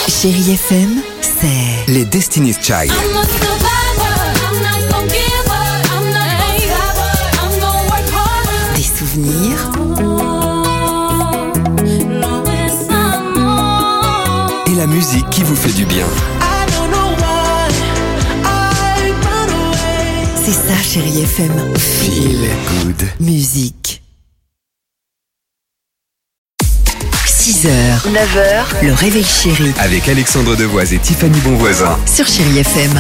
Chérie FM, c'est Les Destiny's Child. des souvenirs Et la musique qui vous fait du bien. C'est ça, Chérie FM. Feel good. Musique. 6h, 9h, le réveil chéri Avec Alexandre Devoise et Tiffany Bonvoisin. sur Chérie FM.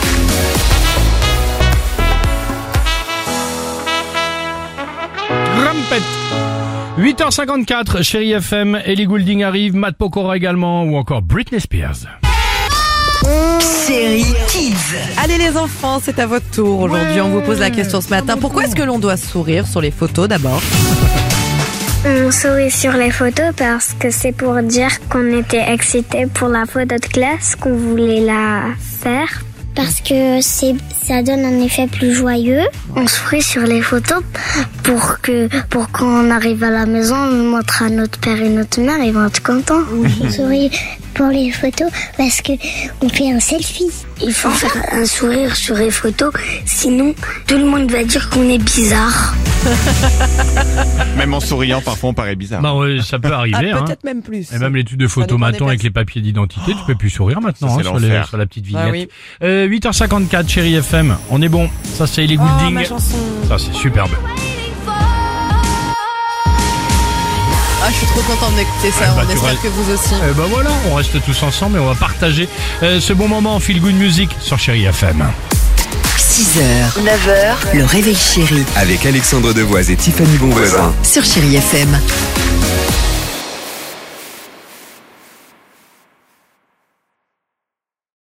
Rampette. 8h54, Chérie FM, Ellie Goulding arrive, Matt Pokora également, ou encore Britney Spears. Chérie Kids. Allez les enfants, c'est à votre tour. Aujourd'hui, on vous pose la question ce matin. Pourquoi est-ce que l'on doit sourire sur les photos d'abord? On sourit sur les photos parce que c'est pour dire qu'on était excité pour la photo de classe, qu'on voulait la faire. Parce que ça donne un effet plus joyeux. On sourit sur les photos pour quand on arrive à la maison, on montre à notre père et notre mère, ils vont être contents. On sourit pour les photos parce que on fait un selfie. Il faut faire un sourire sur les photos, sinon tout le monde va dire qu'on est bizarre. Même en souriant, parfois on paraît bizarre. Bah ouais, ça peut arriver, hein. Peut-être même plus. Et même l'étude de photo dépend des maintenant avec personnes. les papiers d'identité, tu peux plus sourire maintenant, Ça, c'est sur, l'enfer. sur la petite vignette. Ah oui. 8h54, Chérie FM, on est bon. Ça c'est Ellie Oh, Goulding. ma chanson. Ça c'est superbe. Ah, je suis trop contente d'écouter ça. Bah, on tu espère restes- que vous aussi. Bah voilà, on reste tous ensemble et on va partager ce bon moment en feel good music sur Chérie FM. 6h, 9h, le réveil chéri Avec Alexandre Devoise et Tiffany Bonvoisin. sur Chérie FM.